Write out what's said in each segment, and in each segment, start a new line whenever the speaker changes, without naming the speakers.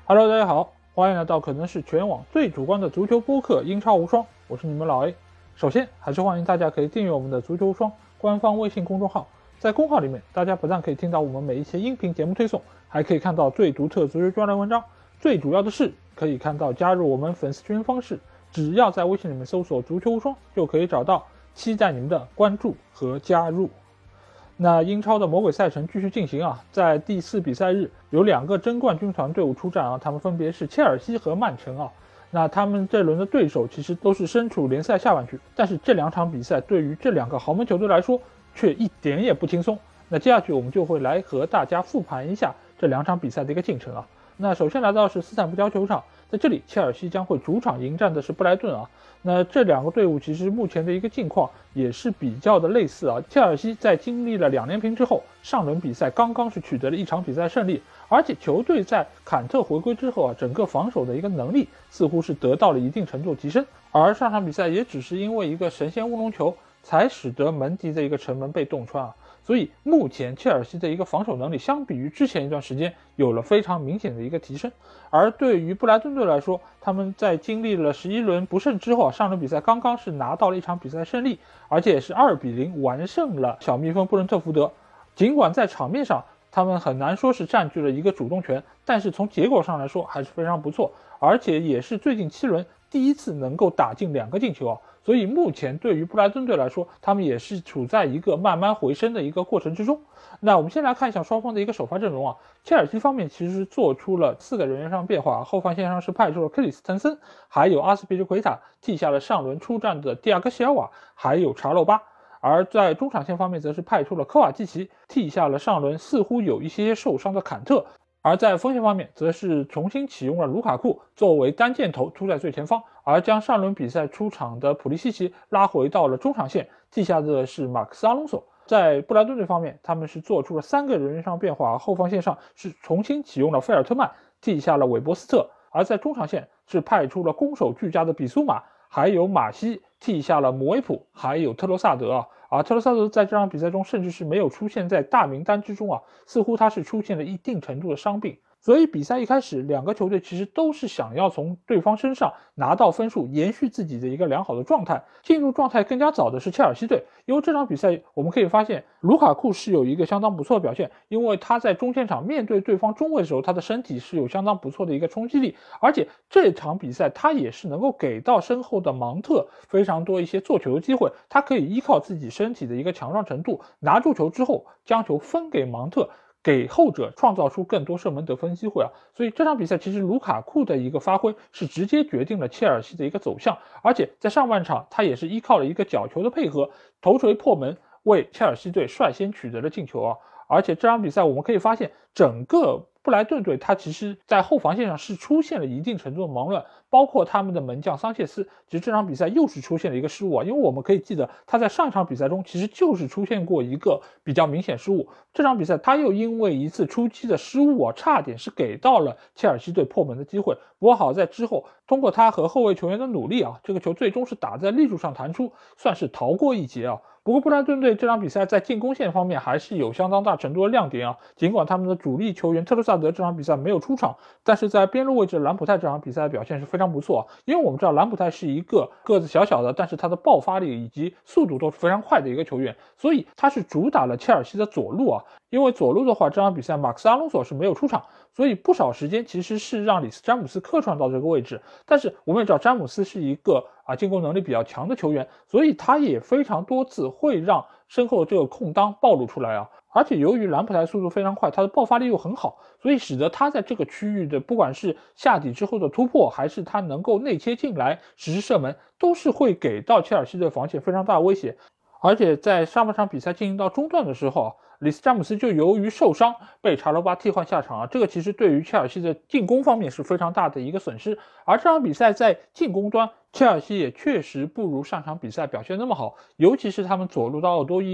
Hello， 大家好，欢迎来到可能是全网最主观的足球播客英超无双，我是你们老 A。首先还是欢迎大家可以订阅我们的足球无双官方微信公众号，在公号里面，大家不但可以听到我们每一期音频节目推送，还可以看到最独特足球专栏文章，最主要的是可以看到加入我们粉丝群方式，只要在微信里面搜索足球无双就可以找到，期待你们的关注和加入。那英超的魔鬼赛程继续进行啊，在第4比赛日有2个争冠军团队伍出战啊，他们分别是切尔西和曼城啊。那他们这轮的对手其实都是身处联赛下半区，但是这2场比赛对于这2个豪门球队来说却一点也不轻松。那接下去我们就会来和大家复盘一下这2场比赛的一个进程啊。那首先来到是斯坦福桥球场，在这里切尔西将会主场迎战的是布莱顿啊。那这2个队伍其实目前的一个境况也是比较的类似啊。切尔西在经历了2连平之后，上轮比赛刚刚是取得了1场比赛胜利，而且球队在坎特回归之后啊，整个防守的一个能力似乎是得到了一定程度提升，而上场比赛也只是因为一个神仙乌龙球才使得门迪的一个城门被洞穿啊。所以目前切尔西的一个防守能力相比于之前一段时间有了非常明显的一个提升，而对于布莱顿队来说，他们在经历了11轮不胜之后啊，上轮比赛刚刚是拿到了1场比赛胜利，而且也是2比0完胜了小蜜蜂布伦特福德。尽管在场面上他们很难说是占据了一个主动权，但是从结果上来说还是非常不错，而且也是最近7轮第一次能够打进2个进球啊。所以目前对于布莱顿队来说，他们也是处在一个慢慢回升的一个过程之中。那我们先来看一下双方的一个首发阵容啊。切尔西方面其实做出了4个人员上变化，后防线上是派出了克里斯滕森，还有阿斯皮利奎塔，替下了上轮出战的蒂亚戈席尔瓦，还有查洛巴。而在中场线方面则是派出了科瓦蒂奇，替下了上轮似乎有一些受伤的坎特。而在锋线方面则是重新启用了卢卡库作为单箭头突在最前方，而将上轮比赛出场的普利西奇拉回到了中场线，替下的是马克斯阿隆索。在布莱顿队方面，他们是做出了3个人员上变化，后防线上是重新启用了菲尔特曼，替下了韦伯斯特，而在中场线是派出了攻守俱佳的比苏马，还有马西，替下了姆维普，还有特罗萨德啊。而特罗萨德在这场比赛中甚至是没有出现在大名单之中啊，似乎他是出现了一定程度的伤病。所以比赛一开始2个球队其实都是想要从对方身上拿到分数，延续自己的一个良好的状态。进入状态更加早的是切尔西队，因为这场比赛我们可以发现卢卡库是有一个相当不错的表现，因为他在中前场面对对方中卫的时候，他的身体是有相当不错的一个冲击力，而且这场比赛他也是能够给到身后的芒特非常多一些做球的机会，他可以依靠自己身体的一个强壮程度，拿住球之后将球分给芒特，给后者创造出更多射门得分机会啊。所以这场比赛其实卢卡库的一个发挥是直接决定了切尔西的一个走向，而且在上半场他也是依靠了一个角球的配合，头锤破门为切尔西队率先取得了进球啊。而且这场比赛我们可以发现，整个布莱顿队他其实在后防线上是出现了一定程度的忙乱，包括他们的门将桑切斯，其实这场比赛又是出现了一个失误啊。因为我们可以记得他在上一场比赛中其实就是出现过一个比较明显失误，这场比赛他又因为一次出击的失误啊，差点是给到了切尔西队破门的机会。不过好在之后通过他和后卫球员的努力啊，这个球最终是打在立柱上弹出，算是逃过一劫啊。不过布莱顿队这场比赛在进攻线方面还是有相当大程度的亮点啊，尽管他们的主力球员特罗萨德这场比赛没有出场，但是在边路位置的兰普泰这场比赛的表现是非常不错啊。因为我们知道兰普泰是一个个子小小的，但是他的爆发力以及速度都是非常快的一个球员，所以他是主打了切尔西的左路啊。因为左路的话，这场比赛马克斯阿隆索是没有出场，所以不少时间其实是让里斯詹姆斯客串到这个位置。但是我们也知道詹姆斯是一个进攻能力比较强的球员，所以他也非常多次会让身后的这个空当暴露出来啊。而且由于兰普泰速度非常快，他的爆发力又很好，所以使得他在这个区域的不管是下底之后的突破，还是他能够内切进来实施射门，都是会给到切尔西队防线非常大的威胁。而且在上半场比赛进行到中段的时候，里斯詹姆斯就由于受伤被查罗巴替换下场啊，这个其实对于切尔西的进攻方面是非常大的一个损失。而这场比赛在进攻端，切尔西也确实不如上场比赛表现那么好，尤其是他们左路的奥多伊啊，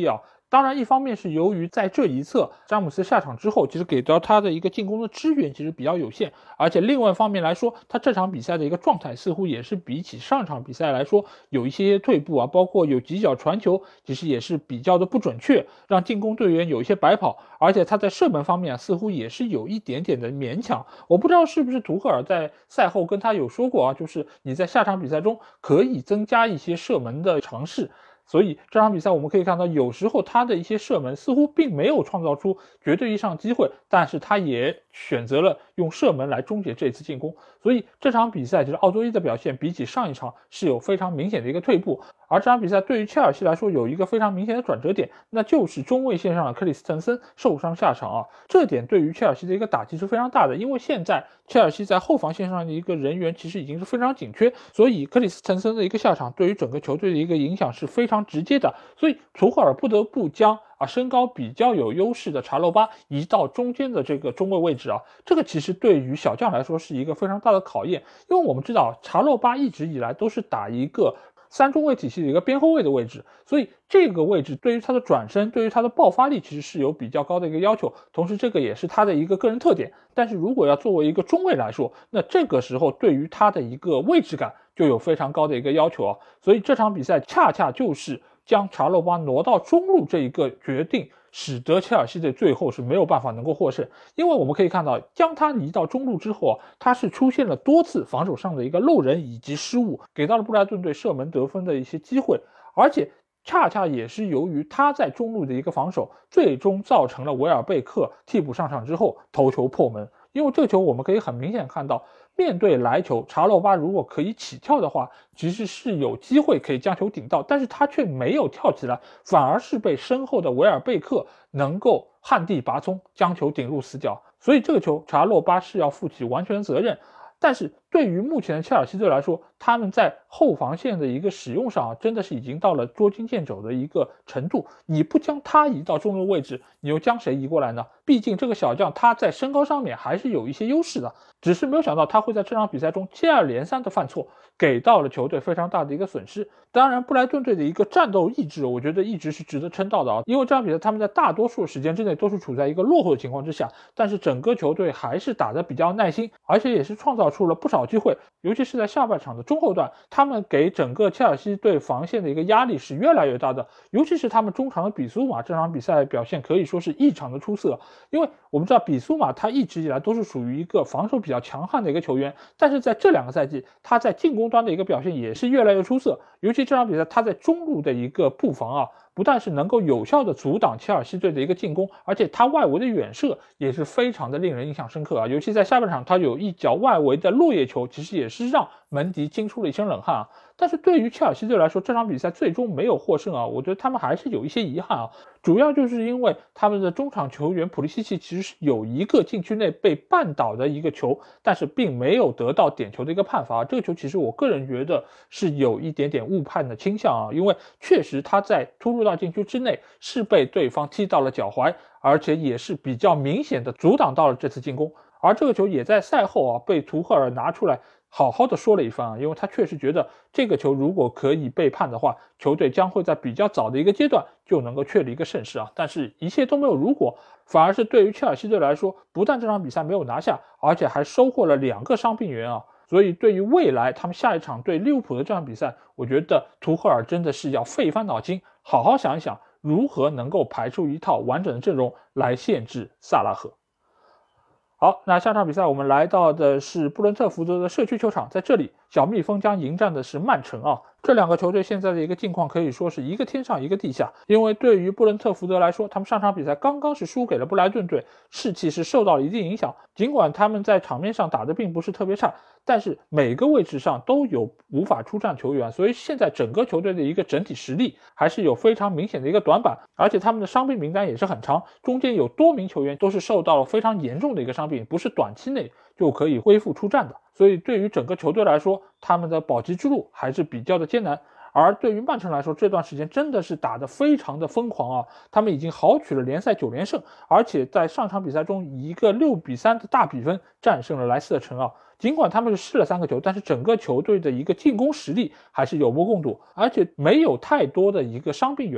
当然，一方面是由于在这一侧詹姆斯下场之后，其实给到他的一个进攻的支援其实比较有限，而且另外一方面来说，他这场比赛的一个状态似乎也是比起上场比赛来说有一些退步啊，包括有几脚传球，其实也是比较的不准确，让进攻队员有一些白跑，而且他在射门方面似乎也是有一点点的勉强。我不知道是不是图赫尔在赛后跟他有说过啊，就是你在下场比赛中可以增加一些射门的尝试。所以这场比赛我们可以看到，有时候他的一些射门似乎并没有创造出绝对意义上机会，但是他也选择了用射门来终结这一次进攻。所以这场比赛就是奥多伊的表现比起上一场是有非常明显的一个退步。而这场比赛对于切尔西来说有一个非常明显的转折点，那就是中卫线上的克里斯滕森受伤下场啊，这点对于切尔西的一个打击是非常大的，因为现在切尔西在后防线上的一个人员其实已经是非常紧缺，所以克里斯滕森的一个下场对于整个球队的一个影响是非常直接的，所以图赫尔不得不将身高比较有优势的查洛巴移到中间的这个中卫位置啊，这个其实对于小将来说是一个非常大的考验，因为我们知道查洛巴一直以来都是打一个三中卫体系的一个边后卫的位置，所以这个位置对于他的转身，对于他的爆发力其实是有比较高的一个要求，同时这个也是他的一个个人特点。但是如果要作为一个中卫来说，那这个时候对于他的一个位置感就有非常高的一个要求啊。所以这场比赛恰恰就是将查洛巴挪到中路这一个决定，使得切尔西队最后是没有办法能够获胜。因为我们可以看到，将他移到中路之后他是出现了多次防守上的一个漏人以及失误，给到了布莱顿队射门得分的一些机会，而且恰恰也是由于他在中路的一个防守，最终造成了维尔贝克替补上场之后头球破门。因为这个球我们可以很明显看到，面对来球，查洛巴如果可以起跳的话，其实是有机会可以将球顶到，但是他却没有跳起来，反而是被身后的维尔贝克能够旱地拔葱，将球顶入死角。所以这个球查洛巴是要负起完全责任。但是对于目前的切尔西队来说，他们在后防线的一个使用上真的是已经到了捉襟见肘的一个程度。你不将他移到中路位置，你又将谁移过来呢？毕竟这个小将他在身高上面还是有一些优势的，只是没有想到他会在这场比赛中接二连三的犯错，给到了球队非常大的一个损失。当然布莱顿队的一个战斗意志我觉得一直是值得称道的啊，因为这场比赛他们在大多数时间之内都是处在一个落后的情况之下，但是整个球队还是打得比较耐心，而且也是创造出了不少机会，尤其是在下半场的中后段，他们给整个切尔西队防线的一个压力是越来越大的，尤其是他们中场的比苏马这场比赛表现可以说是异常的出色。因为我们知道比苏马他一直以来都是属于一个防守比较强悍的一个球员，但是在这2个赛季他在进攻端的一个表现也是越来越出色，尤其这场比赛他在中路的一个布防不但是能够有效的阻挡切尔西队的一个进攻，而且他外围的远射也是非常的令人印象深刻尤其在下半场他有一脚外围的落叶球，其实也是让门迪惊出了一身冷汗但是对于切尔西队来说，这场比赛最终没有获胜我觉得他们还是有一些遗憾主要就是因为他们的中场球员普利西奇其实是有一个禁区内被绊倒的一个球，但是并没有得到点球的一个判罚这个球其实我个人觉得是有一点点误判的倾向因为确实他在突入到禁区之内是被对方踢到了脚踝，而且也是比较明显的阻挡到了这次进攻，而这个球也在赛后被图赫尔拿出来好好的说了一番因为他确实觉得这个球如果可以被判的话，球队将会在比较早的一个阶段就能够确立一个胜势但是一切都没有如果，反而是对于切尔西队来说，不但这场比赛没有拿下，而且还收获了2个伤病员所以对于未来他们下一场对利物浦的这场比赛，我觉得图赫尔真的是要费翻脑筋，好好想一想如何能够排出一套完整的阵容来限制萨拉赫。好，那下场比赛我们来到的是布伦特福德的社区球场，在这里小蜜蜂将迎战的是曼城这2个球队现在的一个境况可以说是一个天上一个地下，因为对于布伦特福德来说，他们上场比赛刚刚是输给了布莱顿队，士气是受到了一定影响，尽管他们在场面上打得并不是特别差，但是每个位置上都有无法出战球员，所以现在整个球队的一个整体实力还是有非常明显的一个短板，而且他们的伤病名单也是很长，中间有多名球员都是受到了非常严重的一个伤病，不是短期内就可以恢复出战的，所以对于整个球队来说，他们的保级之路还是比较的艰难。而对于曼城来说，这段时间真的是打得非常的疯狂他们已经豪取了联赛9连胜，而且在上场比赛中以一个6-3的大比分战胜了莱斯特城尽管他们是失了3个球，但是整个球队的一个进攻实力还是有目共睹，而且没有太多的一个伤病员，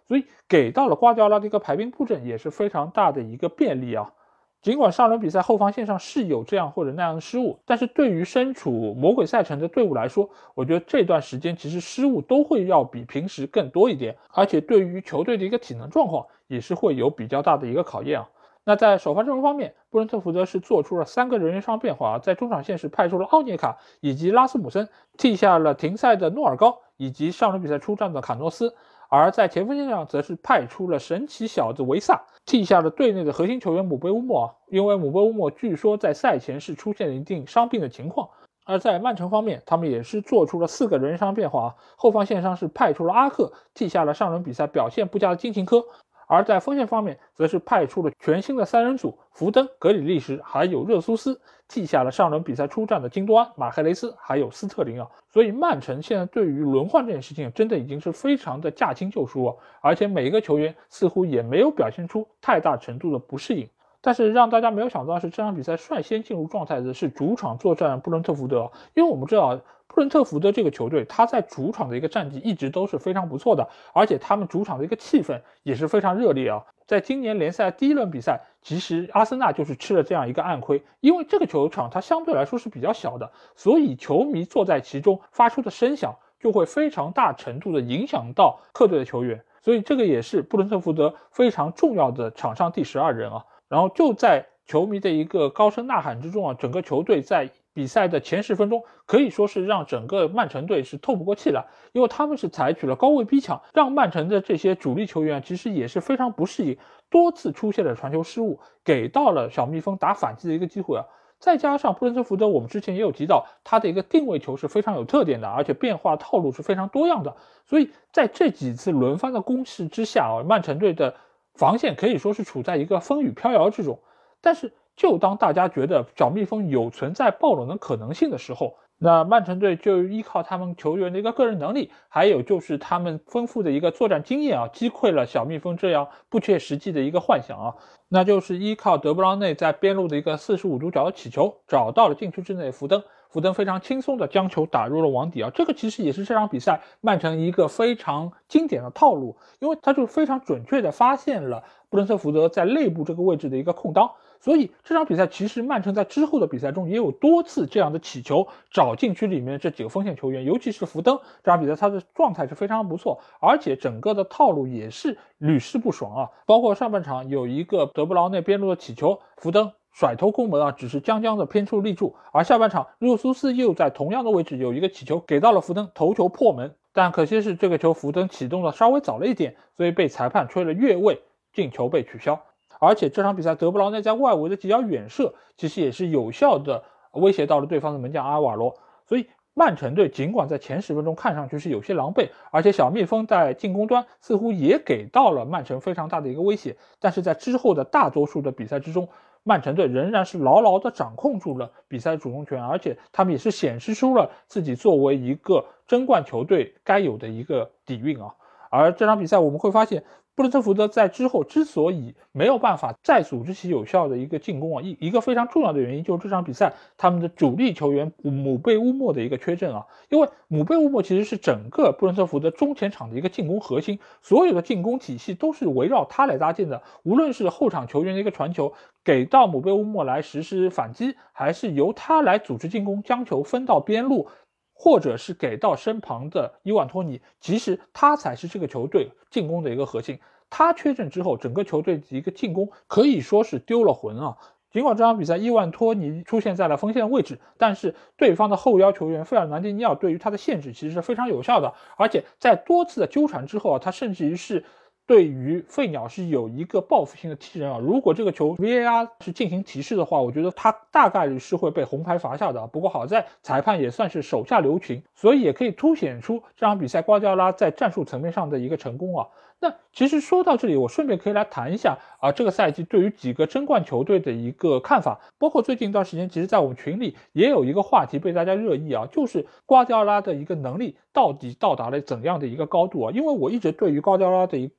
所以给到了瓜迪奥拉的一个排兵布阵也是非常大的一个便利啊。尽管上轮比赛后防线上是有这样或者那样的失误，但是对于身处魔鬼赛程的队伍来说，我觉得这段时间其实失误都会要比平时更多一点，而且对于球队的一个体能状况也是会有比较大的一个考验啊。那在首发阵容方面，布伦特福德是做出了3个人员上变化，在中场线是派出了奥涅卡以及拉斯姆森，替下了停赛的诺尔高以及上轮比赛出战的卡诺斯，而在前锋线上则是派出了神奇小子维萨，替下了队内的核心球员姆贝乌莫，因为姆贝乌莫据说在赛前是出现了一定伤病的情况。而在曼城方面，他们也是做出了4个人员上变化，后防线上是派出了阿克，替下了上轮比赛表现不佳的金琴科。而在锋线方面，则是派出了全新的3人组，福登、格里利什还有热苏斯，替下了上轮比赛出战的金多安、马赫雷斯还有斯特林啊。所以曼城现在对于轮换这件事情真的已经是非常的驾轻就熟啊，而且每一个球员似乎也没有表现出太大程度的不适应。但是让大家没有想到的是，这场比赛率先进入状态的是主场作战布伦特福德，因为我们知道布伦特福德这个球队，他在主场的一个战绩一直都是非常不错的，而且他们主场的一个气氛也是非常热烈啊。在今年联赛第一轮比赛，其实阿森纳就是吃了这样一个暗亏，因为这个球场它相对来说是比较小的，所以球迷坐在其中发出的声响就会非常大程度的影响到客队的球员，所以这个也是布伦特福德非常重要的场上第12人啊。然后就在球迷的一个高声呐喊之中啊，整个球队在比赛的前10分钟可以说是让整个曼城队是透不过气来，因为他们是采取了高位逼抢，让曼城的这些主力球员其实也是非常不适应，多次出现了传球失误，给到了小蜜蜂打反击的一个机会啊。再加上布伦特福德，我们之前也有提到，他的一个定位球是非常有特点的，而且变化套路是非常多样的，所以在这几次轮番的攻势之下啊，曼城队的防线可以说是处在一个风雨飘摇之中。但是就当大家觉得小蜜蜂有存在爆冷的可能性的时候，那曼城队就依靠他们球员的一个个人能力，还有就是他们丰富的一个作战经验啊，击溃了小蜜蜂这样不切实际的一个幻想啊。那就是依靠德布劳内在边路的一个45度角的起球，找到了禁区之内的福登，福登非常轻松的将球打入了网底啊。这个其实也是这场比赛曼城一个非常经典的套路，因为他就非常准确的发现了布伦特福德在内部这个位置的一个空当，所以这场比赛其实曼城在之后的比赛中也有多次这样的起球找禁区里面的这几个锋线球员，尤其是福登，这场比赛他的状态是非常不错，而且整个的套路也是屡试不爽啊。包括上半场有一个德布劳内边路的起球，福登甩头攻门啊，只是将将的偏出立柱，而下半场热苏斯又在同样的位置有一个起球给到了福登，头球破门，但可惜是这个球福登启动的稍微早了一点，所以被裁判吹了越位，进球被取消。而且这场比赛德布劳内在外围的几脚远射其实也是有效的威胁到了对方的门将阿瓦罗，所以曼城队尽管在前10分钟看上去是有些狼狈，而且小蜜蜂在进攻端似乎也给到了曼城非常大的一个威胁，但是在之后的大多数的比赛之中，曼城队仍然是牢牢的掌控住了比赛主动权，而且他们也是显示出了自己作为一个争冠球队该有的一个底蕴啊。而这场比赛我们会发现，布伦特福德在之后之所以没有办法再组织起有效的一个进攻啊，一个非常重要的原因就是这场比赛他们的主力球员姆贝乌莫的一个缺阵啊，因为姆贝乌莫其实是整个布伦特福德中前场的一个进攻核心，所有的进攻体系都是围绕他来搭建的，无论是后场球员的一个传球给到姆贝乌莫来实施反击，还是由他来组织进攻将球分到边路，或者是给到身旁的伊万托尼，其实他才是这个球队进攻的一个核心。他缺阵之后，整个球队的一个进攻可以说是丢了魂啊。尽管这场比赛伊万托尼出现在了锋线的位置，但是对方的后腰球员费尔南迪尼奥对于他的限制其实是非常有效的，而且在多次的纠缠之后啊，他甚至于是对于费鸟是有一个报复性的踢人啊，如果这个球 VAR 是进行提示的话，我觉得他大概率是会被红牌罚下的。不过好在裁判也算是手下留情，所以也可以凸显出这场比赛瓜迪奥拉在战术层面上的一个成功啊。那其实说到这里，我顺便可以来谈一下这个赛季对于几个争冠球队的一个看法，包括最近一段时间，其实在我们群里也有一个话题被大家热议啊，就是瓜迪奥拉的一个能力到底到达了怎样的一个高度啊？因为我一直对于瓜迪奥拉的一个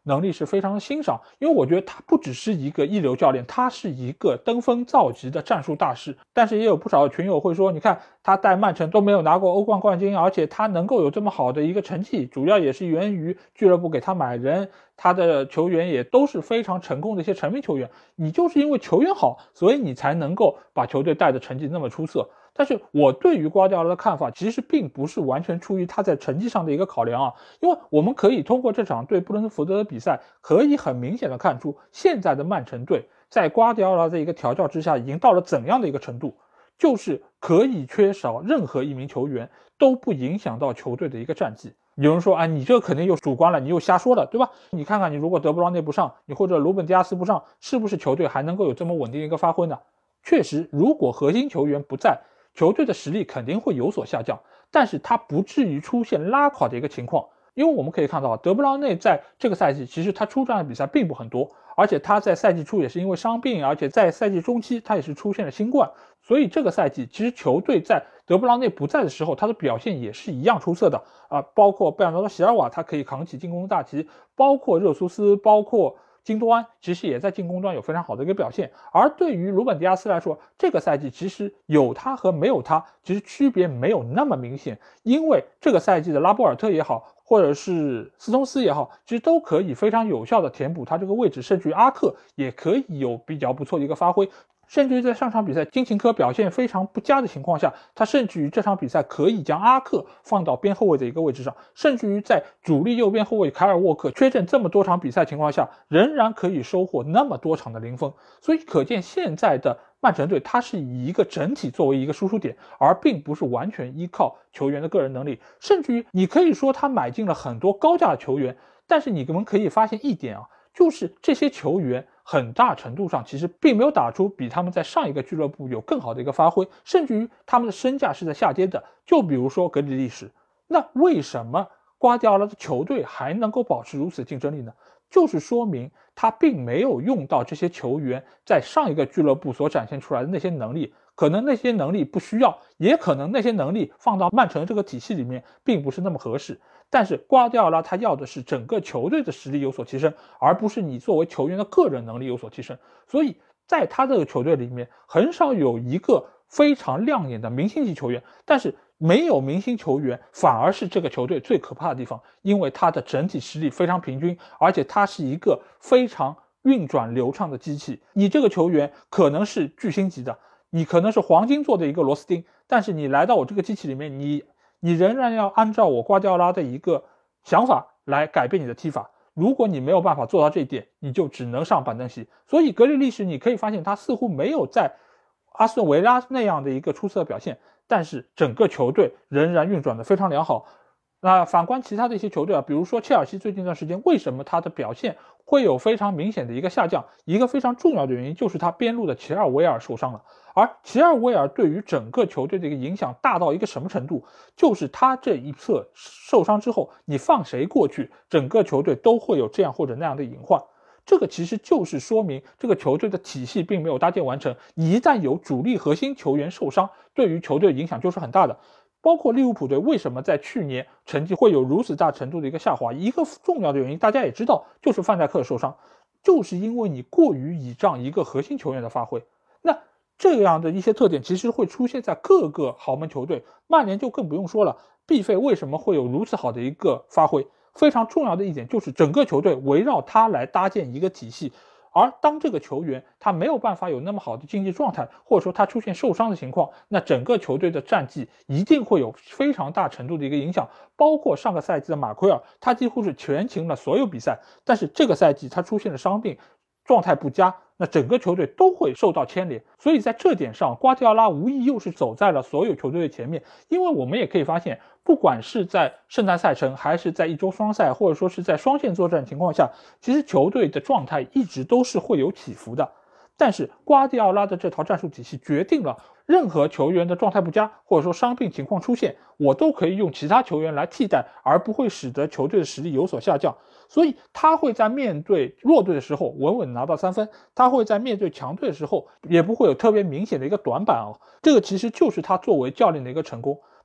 能力是非常的欣赏，因为我觉得他不只是一个一流教练，他是一个登峰造极的战术大师。但是也有不少群友会说，你看他带曼城都没有拿过欧冠冠军，而且他能够有这么好的一个成绩，主要也是源于俱乐部给他买人，他的球员也都是非常成功的一些成名球员。你就是因为球员好，所以你才能够把球队带的成绩那么出色。但是我对于瓜迪奥拉的看法其实并不是完全出于他在成绩上的一个考量啊，因为我们可以通过这场对布伦特福德的比赛，可以很明显的看出现在的曼城队在瓜迪奥拉的一个调教之下已经到了怎样的一个程度，就是可以缺少任何一名球员都不影响到球队的一个战绩。有人说啊，你这肯定又主观了，你又瞎说了，对吧？你看看你如果德布劳内不上，你或者鲁本迪亚斯不上，是不是球队还能够有这么稳定的一个发挥呢？确实，如果核心球员不在，球队的实力肯定会有所下降，但是他不至于出现拉垮的一个情况。因为我们可以看到，德布劳内在这个赛季其实他出战的比赛并不很多，而且他在赛季初也是因为伤病，而且在赛季中期他也是出现了新冠，所以这个赛季其实球队在德布劳内不在的时候，他的表现也是一样出色的包括贝尔纳多·席尔瓦他可以扛起进攻的大旗，包括热苏斯，包括京多安其实也在进攻端有非常好的一个表现。而对于鲁本迪亚斯来说，这个赛季其实有他和没有他其实区别没有那么明显，因为这个赛季的拉波尔特也好，或者是斯通斯也好，其实都可以非常有效的填补他这个位置，甚至于阿克也可以有比较不错的一个发挥。甚至于在上场比赛金琴科表现非常不佳的情况下，他甚至于这场比赛可以将阿克放到边后卫的一个位置上，甚至于在主力右边后卫凯尔沃克缺阵这么多场比赛情况下，仍然可以收获那么多场的零封。所以可见现在的曼城队它是以一个整体作为一个输出点，而并不是完全依靠球员的个人能力。甚至于你可以说他买进了很多高价的球员，但是你们可以发现一点就是这些球员很大程度上其实并没有打出比他们在上一个俱乐部有更好的一个发挥，甚至于他们的身价是在下跌的。就比如说格里利什，那为什么瓜迪奥拉的球队还能够保持如此竞争力呢？就是说明他并没有用到这些球员在上一个俱乐部所展现出来的那些能力，可能那些能力不需要，也可能那些能力放到曼城这个体系里面并不是那么合适。但是瓜迪奥拉他要的是整个球队的实力有所提升，而不是你作为球员的个人能力有所提升。所以在他这个球队里面，很少有一个非常亮眼的明星级球员，但是没有明星球员反而是这个球队最可怕的地方，因为他的整体实力非常平均，而且他是一个非常运转流畅的机器。你这个球员可能是巨星级的，你可能是黄金做的一个螺丝钉，但是你来到我这个机器里面，你仍然要按照我瓜迪奥拉的一个想法来改变你的踢法。如果你没有办法做到这一点，你就只能上板凳席。所以格里利什你可以发现他似乎没有在阿斯顿维拉那样的一个出色的表现，但是整个球队仍然运转的非常良好。那反观其他的一些球队比如说切尔西最近一段时间为什么他的表现会有非常明显的一个下降，一个非常重要的原因就是他边路的齐尔维尔受伤了。而齐尔维尔对于整个球队的一个影响大到一个什么程度，就是他这一侧受伤之后，你放谁过去，整个球队都会有这样或者那样的隐患。这个其实就是说明这个球队的体系并没有搭建完成，你一旦有主力核心球员受伤，对于球队影响就是很大的。包括利物浦队为什么在去年成绩会有如此大程度的一个下滑，一个重要的原因大家也知道，就是范戴克受伤，就是因为你过于倚仗一个核心球员的发挥。那这样的一些特点其实会出现在各个豪门球队，曼联就更不用说了。毕费为什么会有如此好的一个发挥？非常重要的一点就是整个球队围绕他来搭建一个体系，而当这个球员他没有办法有那么好的竞技状态，或者说他出现受伤的情况，那整个球队的战绩一定会有非常大程度的一个影响。包括上个赛季的马奎尔，他几乎是全勤了所有比赛，但是这个赛季他出现了伤病，状态不佳，那整个球队都会受到牵连。所以在这点上，瓜迪奥拉无疑又是走在了所有球队的前面。因为我们也可以发现，不管是在圣诞赛程还是在一周双赛，或者说是在双线作战情况下，其实球队的状态一直都是会有起伏的。但是瓜迪奥拉的这套战术体系决定了，任何球员的状态不佳或者说伤病情况出现，我都可以用其他球员来替代，而不会使得球队的实力有所下降。所以他会在面对弱队的时候稳稳拿到3分，他会在面对强队的时候也不会有特别明显的一个短板这个其实就是他作为教练的一个成功。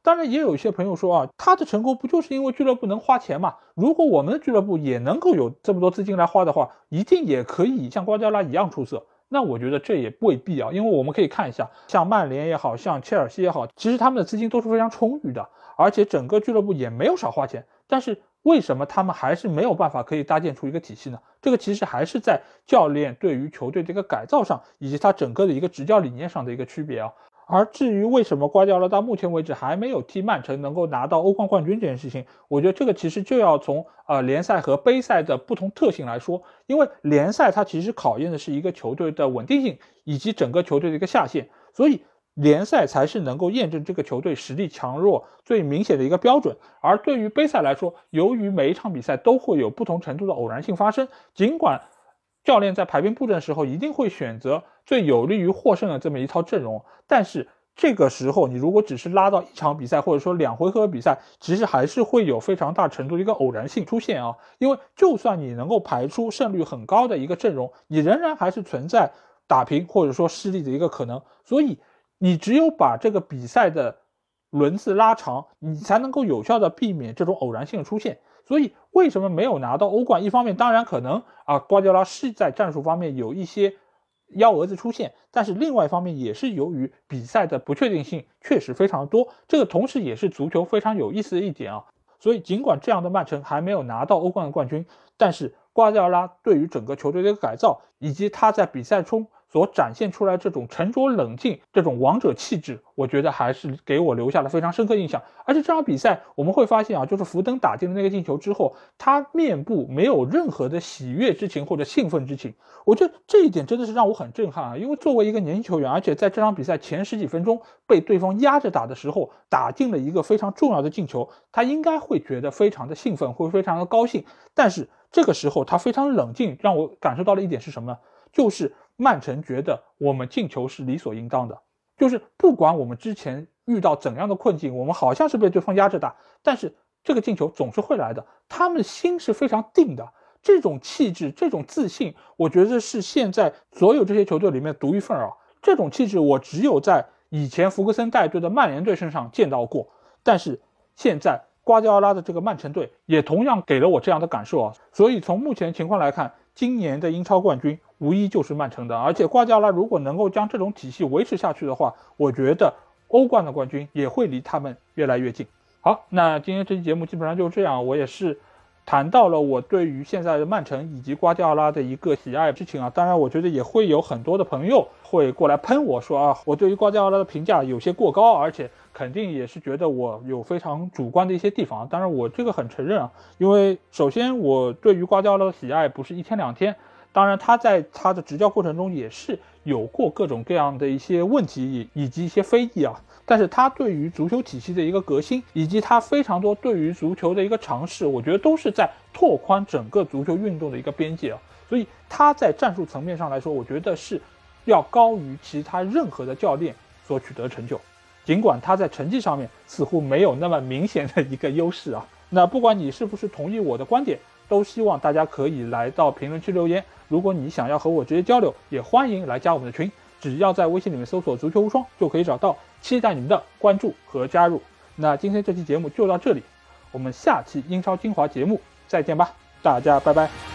当然也有一些朋友说啊，他的成功不就是因为俱乐部能花钱嘛？如果我们的俱乐部也能够有这么多资金来花的话，一定也可以像瓜迪奥拉一样出色。那我觉得这也未必啊，因为我们可以看一下，像曼联也好，像切尔西也好，其实他们的资金都是非常充裕的，而且整个俱乐部也没有少花钱。但是为什么他们还是没有办法可以搭建出一个体系呢？这个其实还是在教练对于球队的一个改造上，以及他整个的一个执教理念上的一个区别啊。而至于为什么瓜迪奥拉到目前为止还没有替曼城能够拿到欧冠冠军这件事情，我觉得这个其实就要从联赛和杯赛的不同特性来说。因为联赛它其实考验的是一个球队的稳定性以及整个球队的一个下限，所以联赛才是能够验证这个球队实力强弱最明显的一个标准。而对于杯赛来说，由于每一场比赛都会有不同程度的偶然性发生，尽管教练在排兵布阵的时候一定会选择最有利于获胜的这么一套阵容，但是这个时候你如果只是拉到一场比赛或者说2回合比赛，其实还是会有非常大程度的一个偶然性出现啊。因为就算你能够排出胜率很高的一个阵容，你仍然还是存在打平或者说失利的一个可能，所以你只有把这个比赛的轮次拉长，你才能够有效的避免这种偶然性的出现。所以为什么没有拿到欧冠，一方面当然可能瓜迪奥拉是在战术方面有一些幺蛾子出现，但是另外一方面也是由于比赛的不确定性确实非常多，这个同时也是足球非常有意思的一点啊。所以尽管这样的曼城还没有拿到欧冠的冠军，但是瓜迪奥拉对于整个球队的一个改造，以及他在比赛中所展现出来这种沉着冷静、这种王者气质，我觉得还是给我留下了非常深刻印象。而且这场比赛我们会发现啊，就是福登打进了那个进球之后，他面部没有任何的喜悦之情或者兴奋之情，我觉得这一点真的是让我很震撼啊！因为作为一个年轻球员，而且在这场比赛前10几分钟被对方压着打的时候，打进了一个非常重要的进球，他应该会觉得非常的兴奋，会非常的高兴。但是这个时候他非常冷静，让我感受到了一点是什么？就是曼城觉得我们进球是理所应当的，就是不管我们之前遇到怎样的困境，我们好像是被对方压着打，但是这个进球总是会来的，他们心是非常定的。这种气质，这种自信，我觉得是现在所有这些球队里面独一份啊。这种气质我只有在以前福格森带队的曼联队身上见到过，但是现在瓜迪奥拉的这个曼城队也同样给了我这样的感受啊。所以从目前情况来看，今年的英超冠军无疑就是曼城的，而且瓜迪奥拉如果能够将这种体系维持下去的话，我觉得欧冠的冠军也会离他们越来越近。好，那今天这期节目基本上就是这样，我也是谈到了我对于现在的曼城以及瓜迪奥拉的一个喜爱之情啊。当然我觉得也会有很多的朋友会过来喷我说啊，我对于瓜迪奥拉的评价有些过高，而且肯定也是觉得我有非常主观的一些地方。当然我这个很承认啊，因为首先我对于瓜迪奥拉的喜爱不是一天两天，当然他在他的执教过程中也是有过各种各样的一些问题以及一些非议啊，但是他对于足球体系的一个革新，以及他非常多对于足球的一个尝试，我觉得都是在拓宽整个足球运动的一个边界啊。所以他在战术层面上来说，我觉得是要高于其他任何的教练所取得成就，尽管他在成绩上面似乎没有那么明显的一个优势啊。那不管你是不是同意我的观点，都希望大家可以来到评论区留言。如果你想要和我直接交流，也欢迎来加我们的群，只要在微信里面搜索足球无双就可以找到，期待你们的关注和加入。那今天这期节目就到这里，我们下期英超精华节目再见吧，大家拜拜。